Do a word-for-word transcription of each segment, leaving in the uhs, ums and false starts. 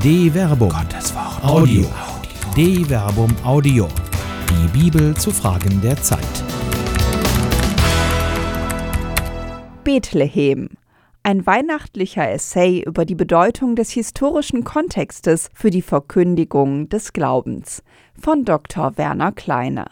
De Verbum. Gottes Wort. Audio. De Verbum Audio. Die Bibel zu Fragen der Zeit. Bethlehem. Ein weihnachtlicher Essay über die Bedeutung des historischen Kontextes für die Verkündigung des Glaubens von Doktor Werner Kleine.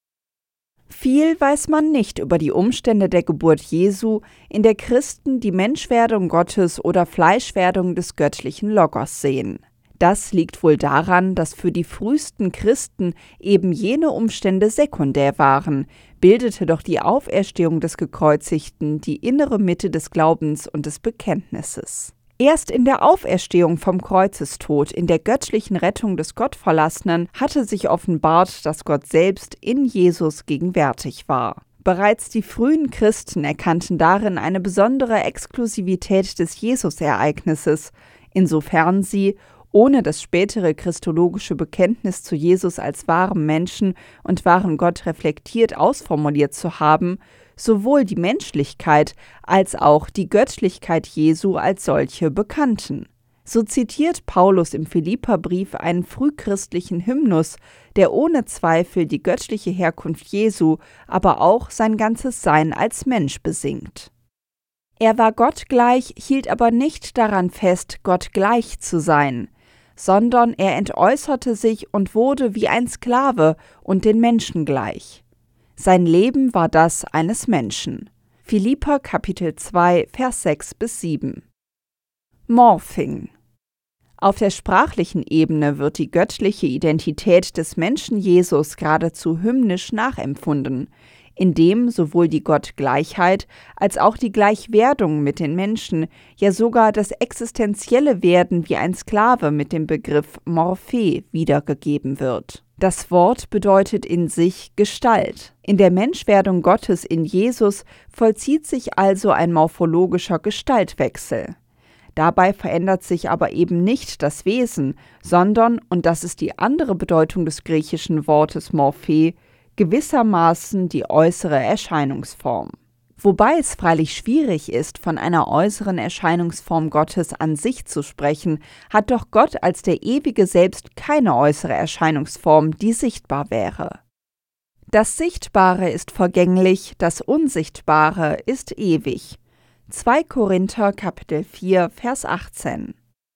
Viel weiß man nicht über die Umstände der Geburt Jesu, in der Christen die Menschwerdung Gottes oder Fleischwerdung des göttlichen Logos sehen. Das liegt wohl daran, dass für die frühesten Christen eben jene Umstände sekundär waren, bildete doch die Auferstehung des Gekreuzigten die innere Mitte des Glaubens und des Bekenntnisses. Erst in der Auferstehung vom Kreuzestod, in der göttlichen Rettung des Gottverlassenen, hatte sich offenbart, dass Gott selbst in Jesus gegenwärtig war. Bereits die frühen Christen erkannten darin eine besondere Exklusivität des Jesus-Ereignisses, insofern sie, ohne das spätere christologische Bekenntnis zu Jesus als wahrem Menschen und wahren Gott reflektiert ausformuliert zu haben, sowohl die Menschlichkeit als auch die Göttlichkeit Jesu als solche bekannten. So zitiert Paulus im Philipperbrief einen frühchristlichen Hymnus, der ohne Zweifel die göttliche Herkunft Jesu, aber auch sein ganzes Sein als Mensch besingt. Er war Gott gleich, hielt aber nicht daran fest, Gott gleich zu sein, sondern er entäußerte sich und wurde wie ein Sklave und den Menschen gleich. Sein Leben war das eines Menschen. Philipper Kapitel zwei, Vers sechs bis sieben. Morphing. Auf der sprachlichen Ebene wird die göttliche Identität des Menschen Jesus geradezu hymnisch nachempfunden, indem sowohl die Gottgleichheit als auch die Gleichwerdung mit den Menschen, ja sogar das existenzielle Werden wie ein Sklave mit dem Begriff Morphe wiedergegeben wird. Das Wort bedeutet in sich Gestalt. In der Menschwerdung Gottes in Jesus vollzieht sich also ein morphologischer Gestaltwechsel. Dabei verändert sich aber eben nicht das Wesen, sondern, und das ist die andere Bedeutung des griechischen Wortes Morphe, gewissermaßen die äußere Erscheinungsform. Wobei es freilich schwierig ist, von einer äußeren Erscheinungsform Gottes an sich zu sprechen, hat doch Gott als der ewige Selbst keine äußere Erscheinungsform, die sichtbar wäre. Das Sichtbare ist vergänglich, das Unsichtbare ist ewig. zwei Korinther Kapitel vier, Vers achtzehn.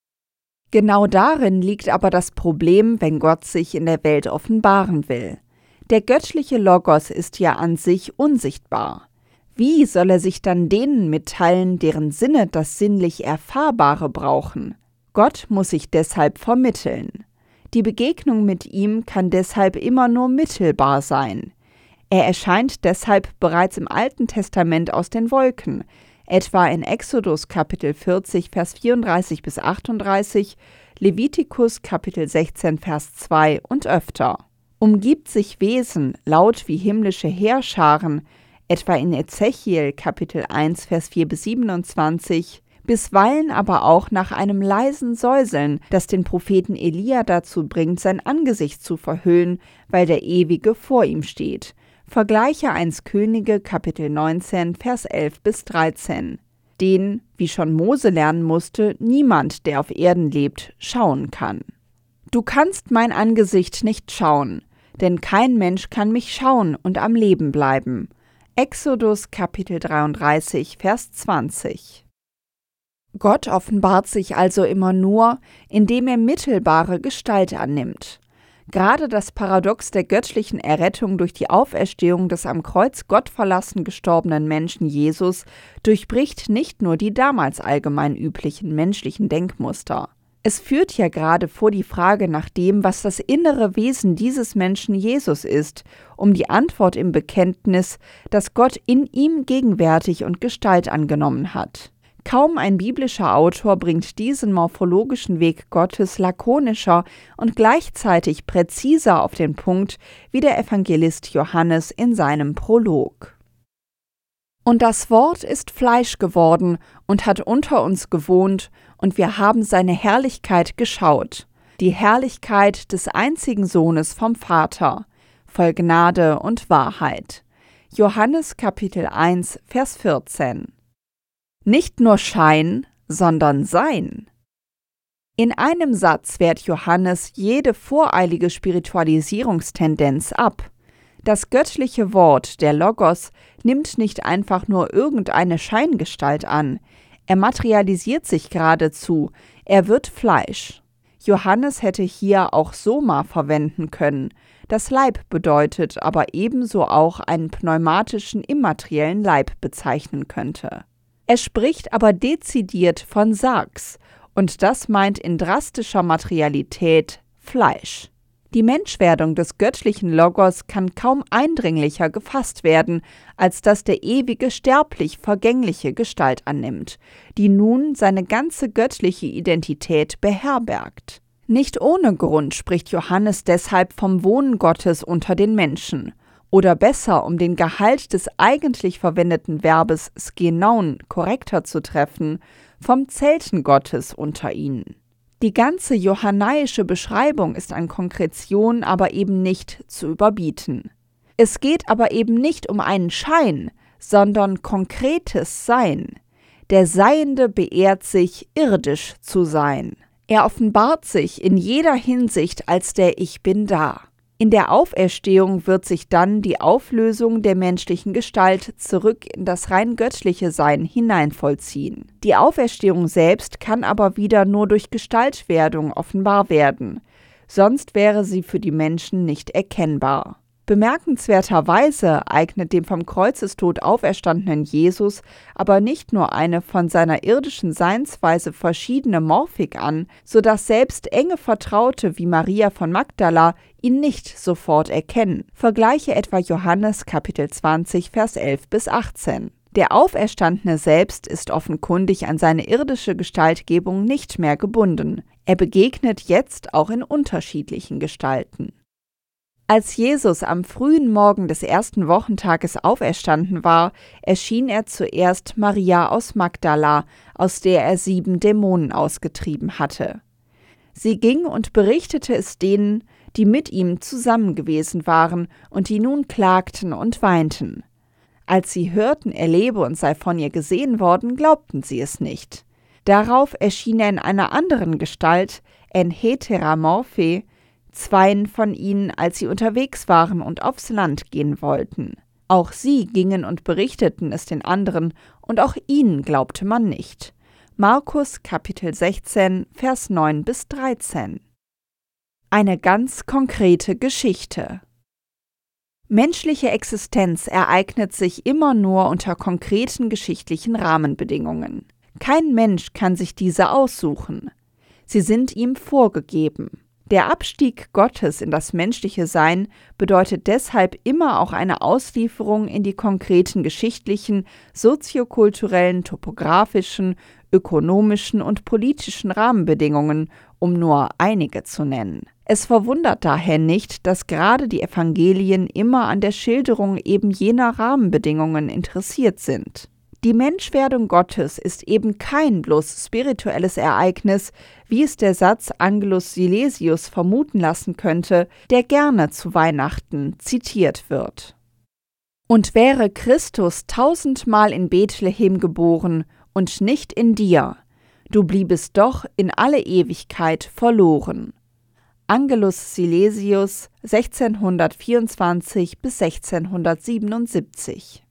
Genau darin liegt aber das Problem, wenn Gott sich in der Welt offenbaren will. Der göttliche Logos ist ja an sich unsichtbar. Wie soll er sich dann denen mitteilen, deren Sinne das sinnlich Erfahrbare brauchen? Gott muss sich deshalb vermitteln. Die Begegnung mit ihm kann deshalb immer nur mittelbar sein. Er erscheint deshalb bereits im Alten Testament aus den Wolken, etwa in Exodus Kapitel vierzig, Vers vierunddreißig bis achtunddreißig, Levitikus Kapitel sechzehn, Vers zwei und öfter. Umgibt sich Wesen laut wie himmlische Heerscharen, etwa in Ezechiel Kapitel eins, Vers vier bis siebenundzwanzig, bisweilen aber auch nach einem leisen Säuseln, das den Propheten Elia dazu bringt, sein Angesicht zu verhüllen, weil der Ewige vor ihm steht. Vergleiche eins Könige Kapitel neunzehn, Vers elf bis dreizehn, den, wie schon Mose lernen musste, niemand, der auf Erden lebt, schauen kann. Du kannst mein Angesicht nicht schauen, denn kein Mensch kann mich schauen und am Leben bleiben. Exodus Kapitel dreiunddreißig, Vers zwanzig. Gott offenbart sich also immer nur, indem er mittelbare Gestalt annimmt. Gerade das Paradox der göttlichen Errettung durch die Auferstehung des am Kreuz gottverlassen gestorbenen Menschen Jesus durchbricht nicht nur die damals allgemein üblichen menschlichen Denkmuster. Es führt ja gerade vor die Frage nach dem, was das innere Wesen dieses Menschen Jesus ist, um die Antwort im Bekenntnis, dass Gott in ihm gegenwärtig und Gestalt angenommen hat. Kaum ein biblischer Autor bringt diesen morphologischen Weg Gottes lakonischer und gleichzeitig präziser auf den Punkt wie der Evangelist Johannes in seinem Prolog. Und das Wort ist Fleisch geworden und hat unter uns gewohnt, und wir haben seine Herrlichkeit geschaut, die Herrlichkeit des einzigen Sohnes vom Vater, voll Gnade und Wahrheit. Johannes Kapitel eins, Vers vierzehn. Nicht nur Schein, sondern Sein. In einem Satz wehrt Johannes jede voreilige Spiritualisierungstendenz ab. Das göttliche Wort, der Logos, nimmt nicht einfach nur irgendeine Scheingestalt an. Er materialisiert sich geradezu, er wird Fleisch. Johannes hätte hier auch Soma verwenden können. Das Leib bedeutet, aber ebenso auch einen pneumatischen immateriellen Leib bezeichnen könnte. Er spricht aber dezidiert von Sarx, und das meint in drastischer Materialität Fleisch. Die Menschwerdung des göttlichen Logos kann kaum eindringlicher gefasst werden, als dass der ewige sterblich vergängliche Gestalt annimmt, die nun seine ganze göttliche Identität beherbergt. Nicht ohne Grund spricht Johannes deshalb vom Wohnen Gottes unter den Menschen. Oder besser, um den Gehalt des eigentlich verwendeten Verbes skenaun korrekter zu treffen, vom Zelten Gottes unter ihnen. Die ganze johannäische Beschreibung ist an Konkretion aber eben nicht zu überbieten. Es geht aber eben nicht um einen Schein, sondern konkretes Sein. Der Seiende beehrt sich, irdisch zu sein. Er offenbart sich in jeder Hinsicht als der Ich bin da. In der Auferstehung wird sich dann die Auflösung der menschlichen Gestalt zurück in das rein göttliche Sein hinein vollziehen. Die Auferstehung selbst kann aber wieder nur durch Gestaltwerdung offenbar werden, sonst wäre sie für die Menschen nicht erkennbar. Bemerkenswerterweise eignet dem vom Kreuzestod auferstandenen Jesus aber nicht nur eine von seiner irdischen Seinsweise verschiedene Morphik an, sodass selbst enge Vertraute wie Maria von Magdala ihn nicht sofort erkennen. Vergleiche etwa Johannes Kapitel zwanzig, Vers elf bis achtzehn. Der Auferstandene selbst ist offenkundig an seine irdische Gestaltgebung nicht mehr gebunden. Er begegnet jetzt auch in unterschiedlichen Gestalten. Als Jesus am frühen Morgen des ersten Wochentages auferstanden war, erschien er zuerst Maria aus Magdala, aus der er sieben Dämonen ausgetrieben hatte. Sie ging und berichtete es denen, die mit ihm zusammen gewesen waren und die nun klagten und weinten. Als sie hörten, er lebe und sei von ihr gesehen worden, glaubten sie es nicht. Darauf erschien er in einer anderen Gestalt, en heteramorphe, zweien von ihnen, als sie unterwegs waren und aufs Land gehen wollten. Auch sie gingen und berichteten es den anderen, und auch ihnen glaubte man nicht. Markus Kapitel sechzehn, Vers neun bis dreizehn. Eine ganz konkrete Geschichte. Menschliche Existenz ereignet sich immer nur unter konkreten geschichtlichen Rahmenbedingungen. Kein Mensch kann sich diese aussuchen. Sie sind ihm vorgegeben. Der Abstieg Gottes in das menschliche Sein bedeutet deshalb immer auch eine Auslieferung in die konkreten geschichtlichen, soziokulturellen, topografischen, ökonomischen und politischen Rahmenbedingungen, um nur einige zu nennen. Es verwundert daher nicht, dass gerade die Evangelien immer an der Schilderung eben jener Rahmenbedingungen interessiert sind. Die Menschwerdung Gottes ist eben kein bloß spirituelles Ereignis, wie es der Satz Angelus Silesius vermuten lassen könnte, der gerne zu Weihnachten zitiert wird. Und wäre Christus tausendmal in Bethlehem geboren und nicht in dir, du bliebest doch in alle Ewigkeit verloren. Angelus Silesius sechzehnhundertvierundzwanzig bis sechzehnhundertsiebenundsiebzig.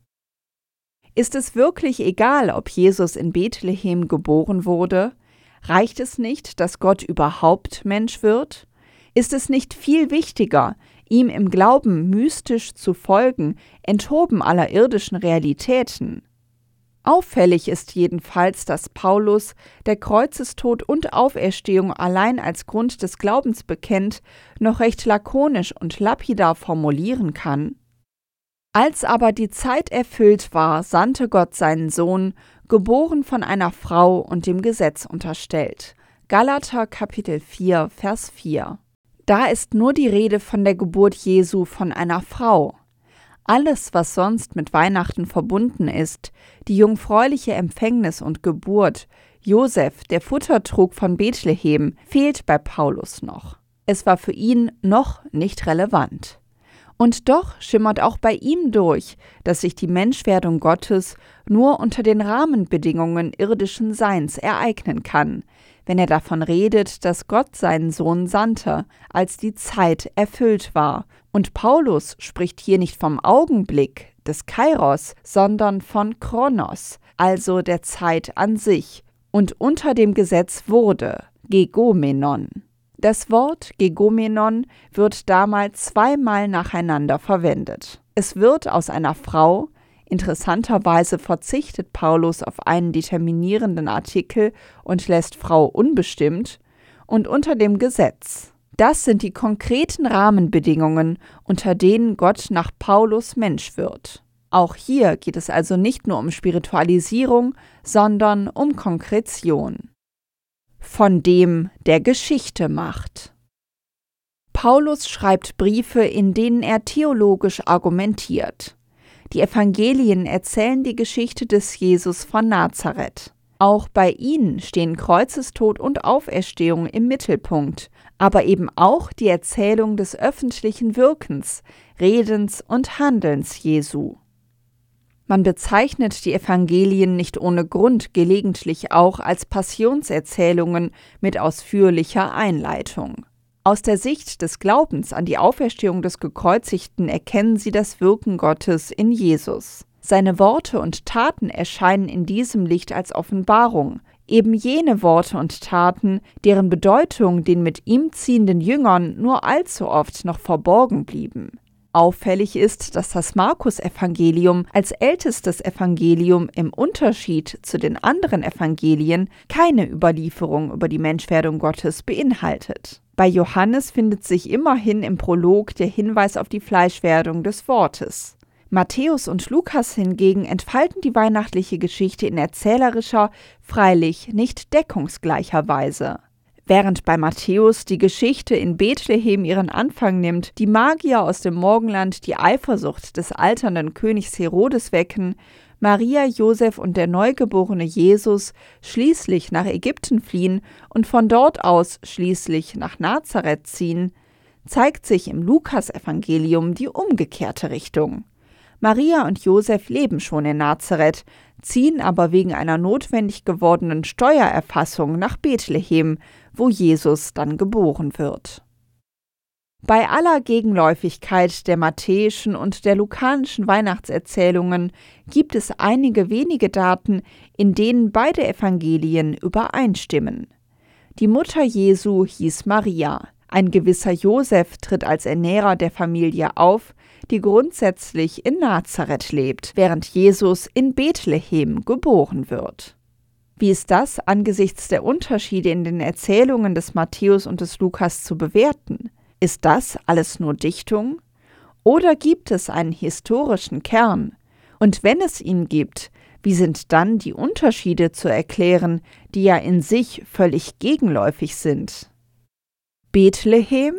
Ist es wirklich egal, ob Jesus in Bethlehem geboren wurde? Reicht es nicht, dass Gott überhaupt Mensch wird? Ist es nicht viel wichtiger, ihm im Glauben mystisch zu folgen, enthoben aller irdischen Realitäten? Auffällig ist jedenfalls, dass Paulus, der Kreuzestod und Auferstehung allein als Grund des Glaubens bekennt, noch recht lakonisch und lapidar formulieren kann: Als aber die Zeit erfüllt war, sandte Gott seinen Sohn, geboren von einer Frau und dem Gesetz unterstellt. Galater Kapitel vier, Vers vier. Da ist nur die Rede von der Geburt Jesu von einer Frau. Alles, was sonst mit Weihnachten verbunden ist, die jungfräuliche Empfängnis und Geburt, Josef, der Futtertrog von Bethlehem, fehlt bei Paulus noch. Es war für ihn noch nicht relevant. Und doch schimmert auch bei ihm durch, dass sich die Menschwerdung Gottes nur unter den Rahmenbedingungen irdischen Seins ereignen kann, wenn er davon redet, dass Gott seinen Sohn sandte, als die Zeit erfüllt war. Und Paulus spricht hier nicht vom Augenblick des Kairos, sondern von Chronos, also der Zeit an sich. Und unter dem Gesetz wurde Gegomenon. Das Wort Gegomenon wird damals zweimal nacheinander verwendet. Es wird aus einer Frau, interessanterweise verzichtet Paulus auf einen determinierenden Artikel und lässt Frau unbestimmt, und unter dem Gesetz. Das sind die konkreten Rahmenbedingungen, unter denen Gott nach Paulus Mensch wird. Auch hier geht es also nicht nur um Spiritualisierung, sondern um Konkretion. Von dem, der Geschichte macht. Paulus schreibt Briefe, in denen er theologisch argumentiert. Die Evangelien erzählen die Geschichte des Jesus von Nazareth. Auch bei ihnen stehen Kreuzestod und Auferstehung im Mittelpunkt, aber eben auch die Erzählung des öffentlichen Wirkens, Redens und Handelns Jesu. Man bezeichnet die Evangelien nicht ohne Grund gelegentlich auch als Passionserzählungen mit ausführlicher Einleitung. Aus der Sicht des Glaubens an die Auferstehung des Gekreuzigten erkennen sie das Wirken Gottes in Jesus. Seine Worte und Taten erscheinen in diesem Licht als Offenbarung, eben jene Worte und Taten, deren Bedeutung den mit ihm ziehenden Jüngern nur allzu oft noch verborgen blieben. Auffällig ist, dass das Markus-Evangelium als ältestes Evangelium im Unterschied zu den anderen Evangelien keine Überlieferung über die Menschwerdung Gottes beinhaltet. Bei Johannes findet sich immerhin im Prolog der Hinweis auf die Fleischwerdung des Wortes. Matthäus und Lukas hingegen entfalten die weihnachtliche Geschichte in erzählerischer, freilich nicht deckungsgleicher Weise. Während bei Matthäus die Geschichte in Bethlehem ihren Anfang nimmt, die Magier aus dem Morgenland die Eifersucht des alternden Königs Herodes wecken, Maria, Josef und der neugeborene Jesus schließlich nach Ägypten fliehen und von dort aus schließlich nach Nazareth ziehen, zeigt sich im Lukas-Evangelium die umgekehrte Richtung. Maria und Josef leben schon in Nazareth, ziehen aber wegen einer notwendig gewordenen Steuererfassung nach Bethlehem, wo Jesus dann geboren wird. Bei aller Gegenläufigkeit der matthäischen und der lukanischen Weihnachtserzählungen gibt es einige wenige Daten, in denen beide Evangelien übereinstimmen. Die Mutter Jesu hieß Maria. Ein gewisser Josef tritt als Ernährer der Familie auf, die grundsätzlich in Nazareth lebt, während Jesus in Bethlehem geboren wird. Wie ist das angesichts der Unterschiede in den Erzählungen des Matthäus und des Lukas zu bewerten? Ist das alles nur Dichtung? Oder gibt es einen historischen Kern? Und wenn es ihn gibt, wie sind dann die Unterschiede zu erklären, die ja in sich völlig gegenläufig sind? Bethlehem?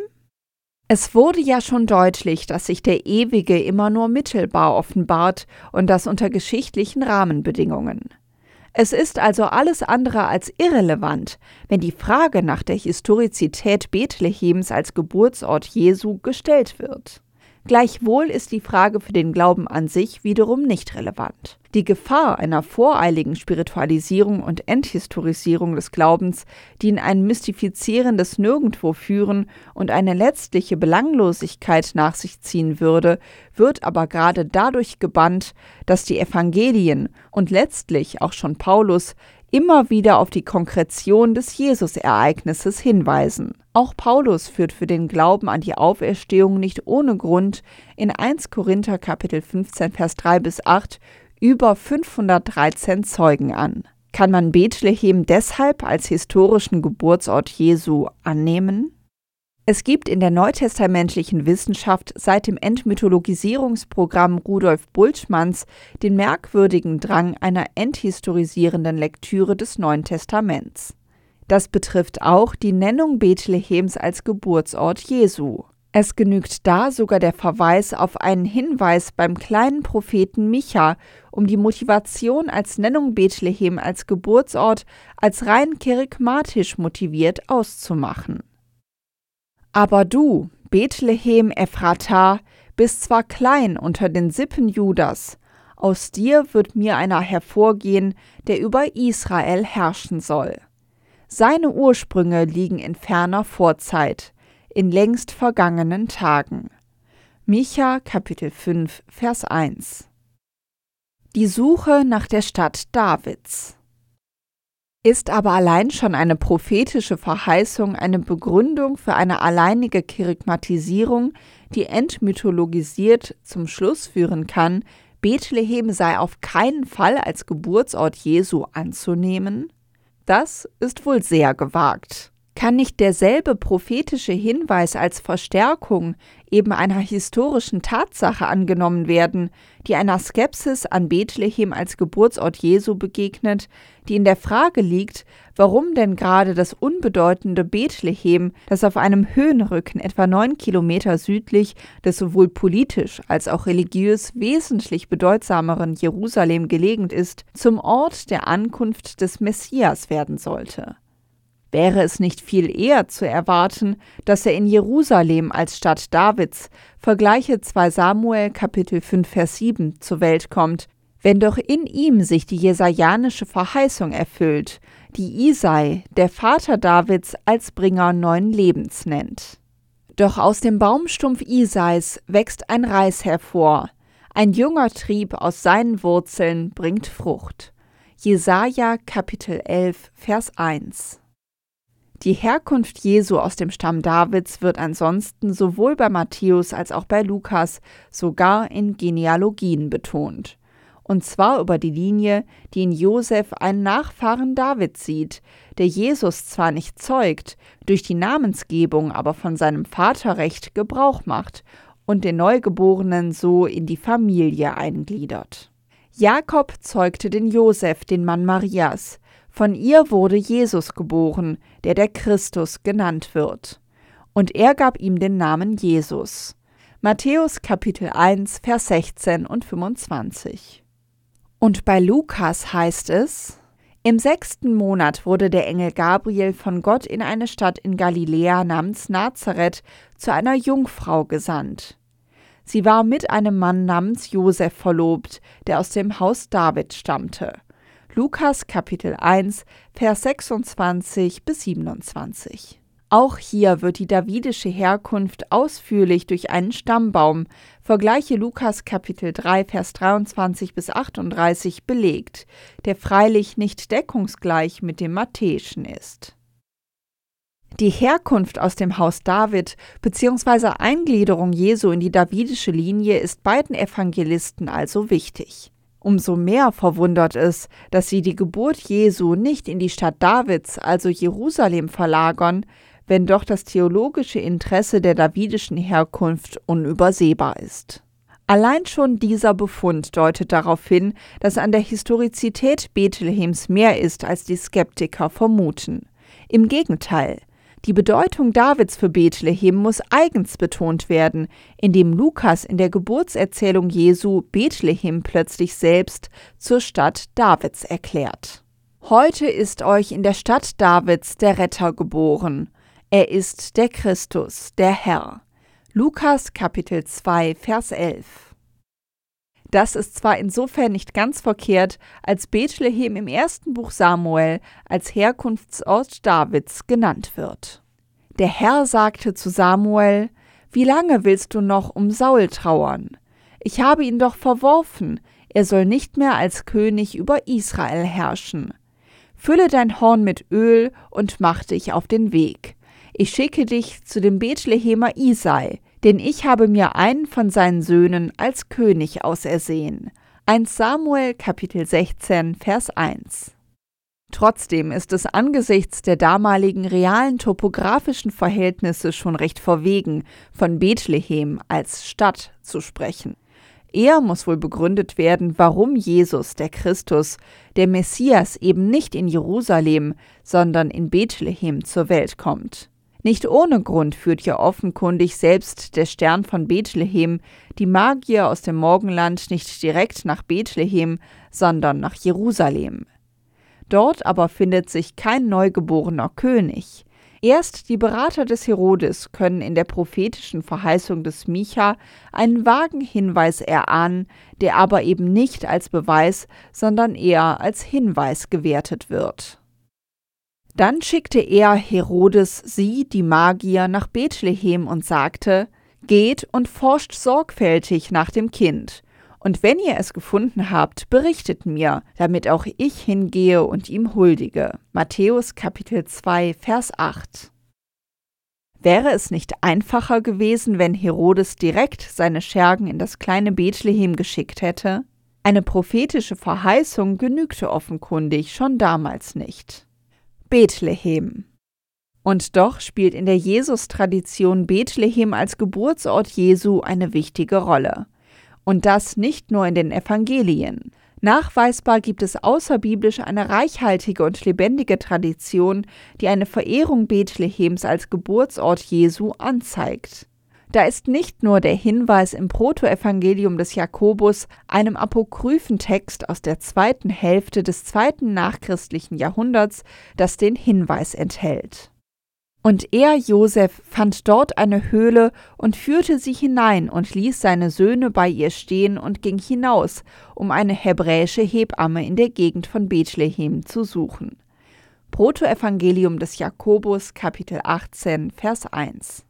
Es wurde ja schon deutlich, dass sich der Ewige immer nur mittelbar offenbart und das unter geschichtlichen Rahmenbedingungen. Es ist also alles andere als irrelevant, wenn die Frage nach der Historizität Bethlehems als Geburtsort Jesu gestellt wird. Gleichwohl ist die Frage für den Glauben an sich wiederum nicht relevant. Die Gefahr einer voreiligen Spiritualisierung und Enthistorisierung des Glaubens, die in ein mystifizierendes Nirgendwo führen und eine letztliche Belanglosigkeit nach sich ziehen würde, wird aber gerade dadurch gebannt, dass die Evangelien und letztlich auch schon Paulus immer wieder auf die Konkretion des Jesus-Ereignisses hinweisen. Auch Paulus führt für den Glauben an die Auferstehung nicht ohne Grund in erster Korinther Kapitel fünfzehn, Vers drei bis acht über fünfhundertdreizehn Zeugen an. Kann man Bethlehem deshalb als historischen Geburtsort Jesu annehmen? Es gibt in der neutestamentlichen Wissenschaft seit dem Entmythologisierungsprogramm Rudolf Bultmanns den merkwürdigen Drang einer enthistorisierenden Lektüre des Neuen Testaments. Das betrifft auch die Nennung Bethlehems als Geburtsort Jesu. Es genügt da sogar der Verweis auf einen Hinweis beim kleinen Propheten Micha, um die Motivation als Nennung Bethlehem als Geburtsort als rein kerygmatisch motiviert auszumachen. Aber du, Bethlehem Ephrata, bist zwar klein unter den Sippen Judas, aus dir wird mir einer hervorgehen, der über Israel herrschen soll. Seine Ursprünge liegen in ferner Vorzeit, in längst vergangenen Tagen. Micha Kapitel fünf, Vers eins. Die Suche nach der Stadt Davids. Ist aber allein schon eine prophetische Verheißung eine Begründung für eine alleinige Kerygmatisierung, die entmythologisiert zum Schluss führen kann, Bethlehem sei auf keinen Fall als Geburtsort Jesu anzunehmen? Das ist wohl sehr gewagt. Kann nicht derselbe prophetische Hinweis als Verstärkung eben einer historischen Tatsache angenommen werden, die einer Skepsis an Bethlehem als Geburtsort Jesu begegnet, die in der Frage liegt, warum denn gerade das unbedeutende Bethlehem, das auf einem Höhenrücken etwa neun Kilometer südlich des sowohl politisch als auch religiös wesentlich bedeutsameren Jerusalem gelegen ist, zum Ort der Ankunft des Messias werden sollte. Wäre es nicht viel eher zu erwarten, dass er in Jerusalem als Stadt Davids, vergleiche zwei Samuel Kapitel fünf Vers sieben, zur Welt kommt, wenn doch in ihm sich die jesajanische Verheißung erfüllt, die Isai, der Vater Davids, als Bringer neuen Lebens nennt. Doch aus dem Baumstumpf Isais wächst ein Reis hervor, ein junger Trieb aus seinen Wurzeln bringt Frucht. Jesaja Kapitel elf Vers eins. Die Herkunft Jesu aus dem Stamm Davids wird ansonsten sowohl bei Matthäus als auch bei Lukas sogar in Genealogien betont. Und zwar über die Linie, die in Josef einen Nachfahren Davids sieht, der Jesus zwar nicht zeugt, durch die Namensgebung aber von seinem Vaterrecht Gebrauch macht und den Neugeborenen so in die Familie eingliedert. Jakob zeugte den Josef, den Mann Marias. Von ihr wurde Jesus geboren, der der Christus genannt wird. Und er gab ihm den Namen Jesus. Matthäus Kapitel eins, Vers sechzehn und fünfundzwanzig. Und bei Lukas heißt es: Im sechsten Monat wurde der Engel Gabriel von Gott in eine Stadt in Galiläa namens Nazareth zu einer Jungfrau gesandt. Sie war mit einem Mann namens Josef verlobt, der aus dem Haus David stammte. Lukas Kapitel eins, Vers sechsundzwanzig bis siebenundzwanzig. Auch hier wird die davidische Herkunft ausführlich durch einen Stammbaum, vergleiche Lukas Kapitel drei, Vers dreiundzwanzig bis achtunddreißig, belegt, der freilich nicht deckungsgleich mit dem matthäischen ist. Die Herkunft aus dem Haus David bzw. Eingliederung Jesu in die davidische Linie ist beiden Evangelisten also wichtig. Umso mehr verwundert es, dass sie die Geburt Jesu nicht in die Stadt Davids, also Jerusalem, verlagern, wenn doch das theologische Interesse der davidischen Herkunft unübersehbar ist. Allein schon dieser Befund deutet darauf hin, dass an der Historizität Bethlehems mehr ist, als die Skeptiker vermuten. Im Gegenteil. Die Bedeutung Davids für Bethlehem muss eigens betont werden, indem Lukas in der Geburtserzählung Jesu Bethlehem plötzlich selbst zur Stadt Davids erklärt. Heute ist euch in der Stadt Davids der Retter geboren. Er ist der Christus, der Herr. Lukas Kapitel zwei, Vers elf. Das ist zwar insofern nicht ganz verkehrt, als Bethlehem im ersten Buch Samuel als Herkunftsort Davids genannt wird. Der Herr sagte zu Samuel: Wie lange willst du noch um Saul trauern? Ich habe ihn doch verworfen, er soll nicht mehr als König über Israel herrschen. Fülle dein Horn mit Öl und mach dich auf den Weg. Ich schicke dich zu dem Bethlehemer Isai, denn ich habe mir einen von seinen Söhnen als König ausersehen. erster Samuel Kapitel sechzehn, Vers eins. Trotzdem ist es angesichts der damaligen realen topografischen Verhältnisse schon recht verwegen, von Bethlehem als Stadt zu sprechen. Eher muss wohl begründet werden, warum Jesus, der Christus, der Messias, eben nicht in Jerusalem, sondern in Bethlehem zur Welt kommt. Nicht ohne Grund führt ja offenkundig selbst der Stern von Bethlehem die Magier aus dem Morgenland nicht direkt nach Bethlehem, sondern nach Jerusalem. Dort aber findet sich kein neugeborener König. Erst die Berater des Herodes können in der prophetischen Verheißung des Micha einen vagen Hinweis erahnen, der aber eben nicht als Beweis, sondern eher als Hinweis gewertet wird. Dann schickte er, Herodes, sie, die Magier, nach Bethlehem und sagte: Geht und forscht sorgfältig nach dem Kind. Und wenn ihr es gefunden habt, berichtet mir, damit auch ich hingehe und ihm huldige. Matthäus Kapitel zwei, Vers acht. Wäre es nicht einfacher gewesen, wenn Herodes direkt seine Schergen in das kleine Bethlehem geschickt hätte? Eine prophetische Verheißung genügte offenkundig schon damals nicht. Bethlehem. Und doch spielt in der Jesus-Tradition Bethlehem als Geburtsort Jesu eine wichtige Rolle. Und das nicht nur in den Evangelien. Nachweisbar gibt es außerbiblisch eine reichhaltige und lebendige Tradition, die eine Verehrung Bethlehems als Geburtsort Jesu anzeigt. Da ist nicht nur der Hinweis im Protoevangelium des Jakobus, einem apokryphen Text aus der zweiten Hälfte des zweiten nachchristlichen Jahrhunderts, das den Hinweis enthält. Und er, Josef, fand dort eine Höhle und führte sie hinein und ließ seine Söhne bei ihr stehen und ging hinaus, um eine hebräische Hebamme in der Gegend von Bethlehem zu suchen. Protoevangelium des Jakobus, Kapitel achtzehn, Vers eins.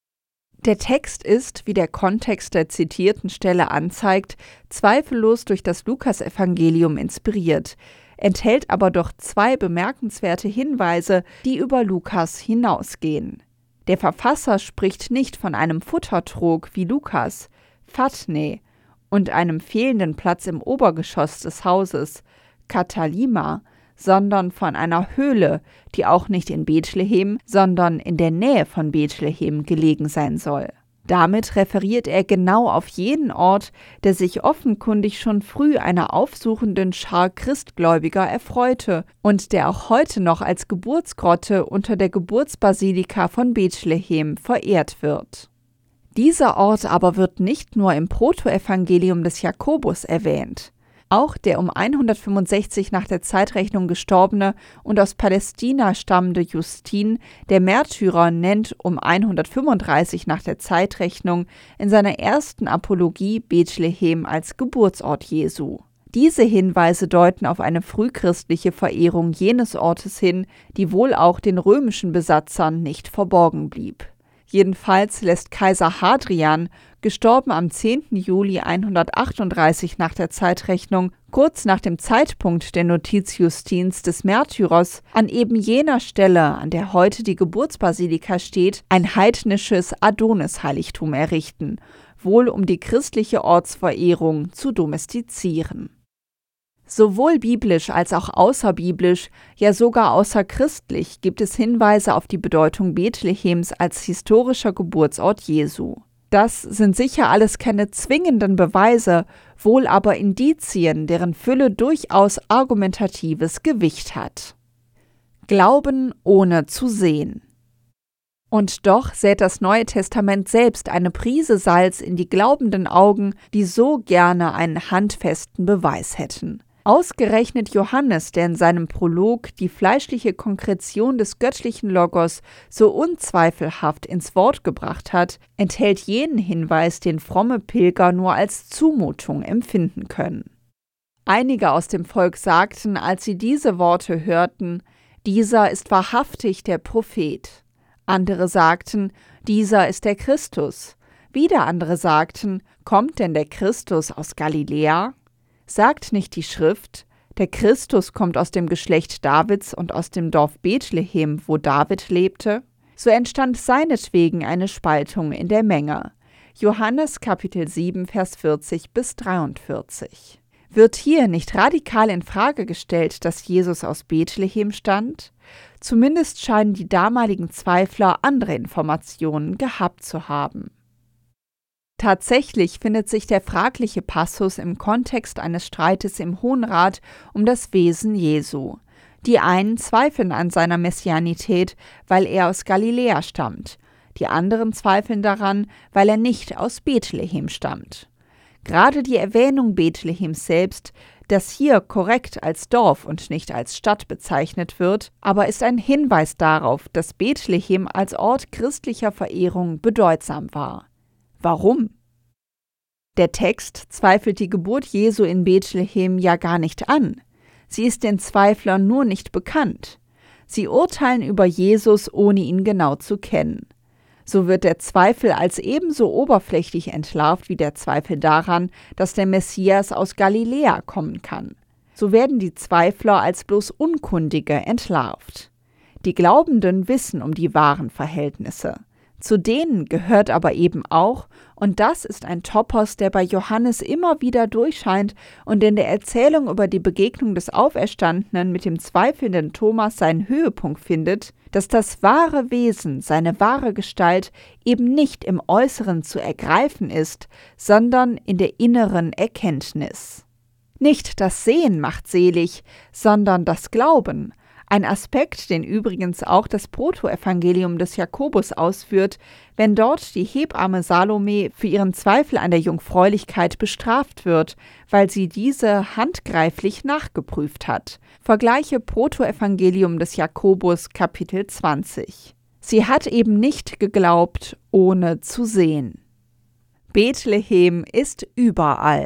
Der Text ist, wie der Kontext der zitierten Stelle anzeigt, zweifellos durch das Lukasevangelium inspiriert, enthält aber doch zwei bemerkenswerte Hinweise, die über Lukas hinausgehen. Der Verfasser spricht nicht von einem Futtertrog wie Lukas, Fatne, und einem fehlenden Platz im Obergeschoss des Hauses, Katalima, sondern von einer Höhle, die auch nicht in Bethlehem, sondern in der Nähe von Bethlehem gelegen sein soll. Damit referiert er genau auf jenen Ort, der sich offenkundig schon früh einer aufsuchenden Schar Christgläubiger erfreute und der auch heute noch als Geburtsgrotte unter der Geburtsbasilika von Bethlehem verehrt wird. Dieser Ort aber wird nicht nur im Protoevangelium des Jakobus erwähnt. Auch der um hundertfünfundsechzig nach der Zeitrechnung gestorbene und aus Palästina stammende Justin, der Märtyrer, nennt um hundertfünfunddreißig nach der Zeitrechnung in seiner ersten Apologie Bethlehem als Geburtsort Jesu. Diese Hinweise deuten auf eine frühchristliche Verehrung jenes Ortes hin, die wohl auch den römischen Besatzern nicht verborgen blieb. Jedenfalls lässt Kaiser Hadrian, gestorben am zehnten Juli hundertachtunddreißig nach der Zeitrechnung, kurz nach dem Zeitpunkt der Notiz Justins des Märtyrers, an eben jener Stelle, an der heute die Geburtsbasilika steht, ein heidnisches Adonis-Heiligtum errichten, wohl um die christliche Ortsverehrung zu domestizieren. Sowohl biblisch als auch außerbiblisch, ja sogar außerchristlich, gibt es Hinweise auf die Bedeutung Bethlehems als historischer Geburtsort Jesu. Das sind sicher alles keine zwingenden Beweise, wohl aber Indizien, deren Fülle durchaus argumentatives Gewicht hat. Glauben ohne zu sehen. Und doch sät das Neue Testament selbst eine Prise Salz in die glaubenden Augen, die so gerne einen handfesten Beweis hätten. Ausgerechnet Johannes, der in seinem Prolog die fleischliche Konkretion des göttlichen Logos so unzweifelhaft ins Wort gebracht hat, enthält jenen Hinweis, den fromme Pilger nur als Zumutung empfinden können. Einige aus dem Volk sagten, als sie diese Worte hörten: Dieser ist wahrhaftig der Prophet. Andere sagten: Dieser ist der Christus. Wieder andere sagten: Kommt denn der Christus aus Galiläa? Sagt nicht die Schrift, der Christus kommt aus dem Geschlecht Davids und aus dem Dorf Bethlehem, wo David lebte? So entstand seinetwegen eine Spaltung in der Menge. Johannes Kapitel sieben, Vers vierzig bis dreiundvierzig. Wird hier nicht radikal in Frage gestellt, dass Jesus aus Bethlehem stammt? Zumindest scheinen die damaligen Zweifler andere Informationen gehabt zu haben. Tatsächlich findet sich der fragliche Passus im Kontext eines Streites im Hohen Rat um das Wesen Jesu. Die einen zweifeln an seiner Messianität, weil er aus Galiläa stammt. Die anderen zweifeln daran, weil er nicht aus Bethlehem stammt. Gerade die Erwähnung Bethlehems selbst, Das hier korrekt als Dorf und nicht als Stadt bezeichnet wird, aber ist ein Hinweis darauf, dass Bethlehem als Ort christlicher Verehrung bedeutsam war. Warum? Der Text zweifelt die Geburt Jesu in Bethlehem ja gar nicht an. Sie ist den Zweiflern nur nicht bekannt. Sie urteilen über Jesus, ohne ihn genau zu kennen. So wird der Zweifel als ebenso oberflächlich entlarvt wie der Zweifel daran, dass der Messias aus Galiläa kommen kann. So werden die Zweifler als bloß Unkundige entlarvt. Die Glaubenden wissen um die wahren Verhältnisse. Zu denen gehört aber eben auch, und das ist ein Topos, der bei Johannes immer wieder durchscheint und in der Erzählung über die Begegnung des Auferstandenen mit dem zweifelnden Thomas seinen Höhepunkt findet, dass das wahre Wesen, seine wahre Gestalt eben nicht im Äußeren zu ergreifen ist, sondern in der inneren Erkenntnis. Nicht das Sehen macht selig, sondern das Glauben. Ein Aspekt, den übrigens auch das Protoevangelium des Jakobus ausführt, wenn dort die Hebamme Salome für ihren Zweifel an der Jungfräulichkeit bestraft wird, weil sie diese handgreiflich nachgeprüft hat. Vergleiche Protoevangelium des Jakobus, Kapitel zwanzig. Sie hat eben nicht geglaubt, ohne zu sehen. Bethlehem ist überall.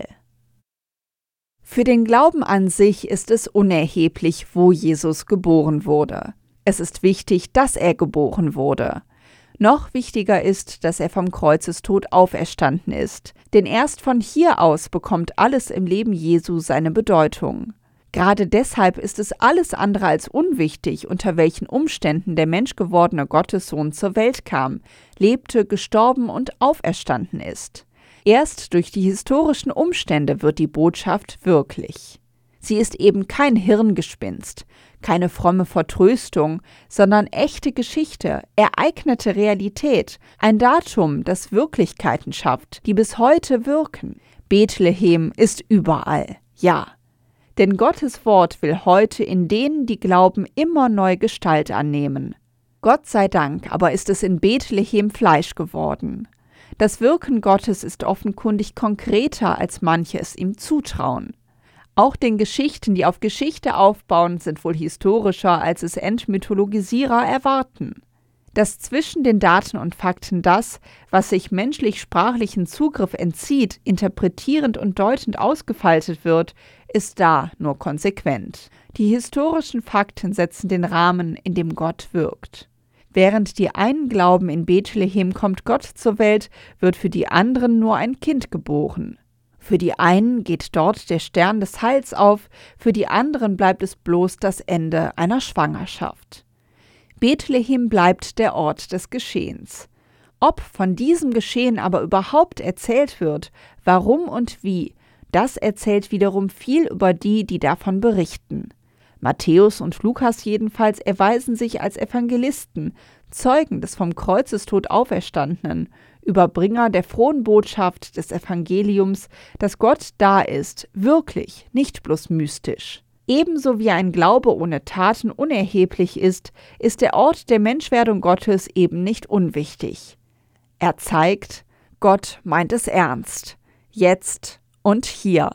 Für den Glauben an sich ist es unerheblich, wo Jesus geboren wurde. Es ist wichtig, dass er geboren wurde. Noch wichtiger ist, dass er vom Kreuzestod auferstanden ist, denn erst von hier aus bekommt alles im Leben Jesu seine Bedeutung. Gerade deshalb ist es alles andere als unwichtig, unter welchen Umständen der menschgewordene Gottessohn zur Welt kam, lebte, gestorben und auferstanden ist. Erst durch die historischen Umstände wird die Botschaft wirklich. Sie ist eben kein Hirngespinst, keine fromme Vertröstung, sondern echte Geschichte, ereignete Realität, ein Datum, das Wirklichkeiten schafft, die bis heute wirken. Bethlehem ist überall, ja. Denn Gottes Wort will heute in denen, die glauben, immer neu Gestalt annehmen. Gott sei Dank aber ist es in Bethlehem Fleisch geworden. Das Wirken Gottes ist offenkundig konkreter, als manche es ihm zutrauen. Auch den Geschichten, die auf Geschichte aufbauen, sind wohl historischer, als es Entmythologisierer erwarten. Dass zwischen den Daten und Fakten das, was sich menschlich-sprachlichen Zugriff entzieht, interpretierend und deutend ausgefaltet wird, ist da nur konsequent. Die historischen Fakten setzen den Rahmen, in dem Gott wirkt. Während die einen glauben, in Bethlehem kommt Gott zur Welt, wird für die anderen nur ein Kind geboren. Für die einen geht dort der Stern des Heils auf, für die anderen bleibt es bloß das Ende einer Schwangerschaft. Bethlehem bleibt der Ort des Geschehens. Ob von diesem Geschehen aber überhaupt erzählt wird, warum und wie, das erzählt wiederum viel über die, die davon berichten. Matthäus und Lukas jedenfalls erweisen sich als Evangelisten, Zeugen des vom Kreuzestod Auferstandenen, Überbringer der frohen Botschaft des Evangeliums, dass Gott da ist, wirklich, nicht bloß mystisch. Ebenso wie ein Glaube ohne Taten unerheblich ist, ist der Ort der Menschwerdung Gottes eben nicht unwichtig. Er zeigt, Gott meint es ernst, jetzt und hier.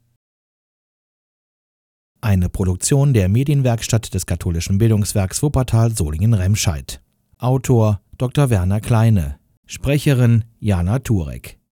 Eine Produktion der Medienwerkstatt des katholischen Bildungswerks Wuppertal Solingen-Remscheid. Autor Doktor Werner Kleine. Sprecherin Jana Turek.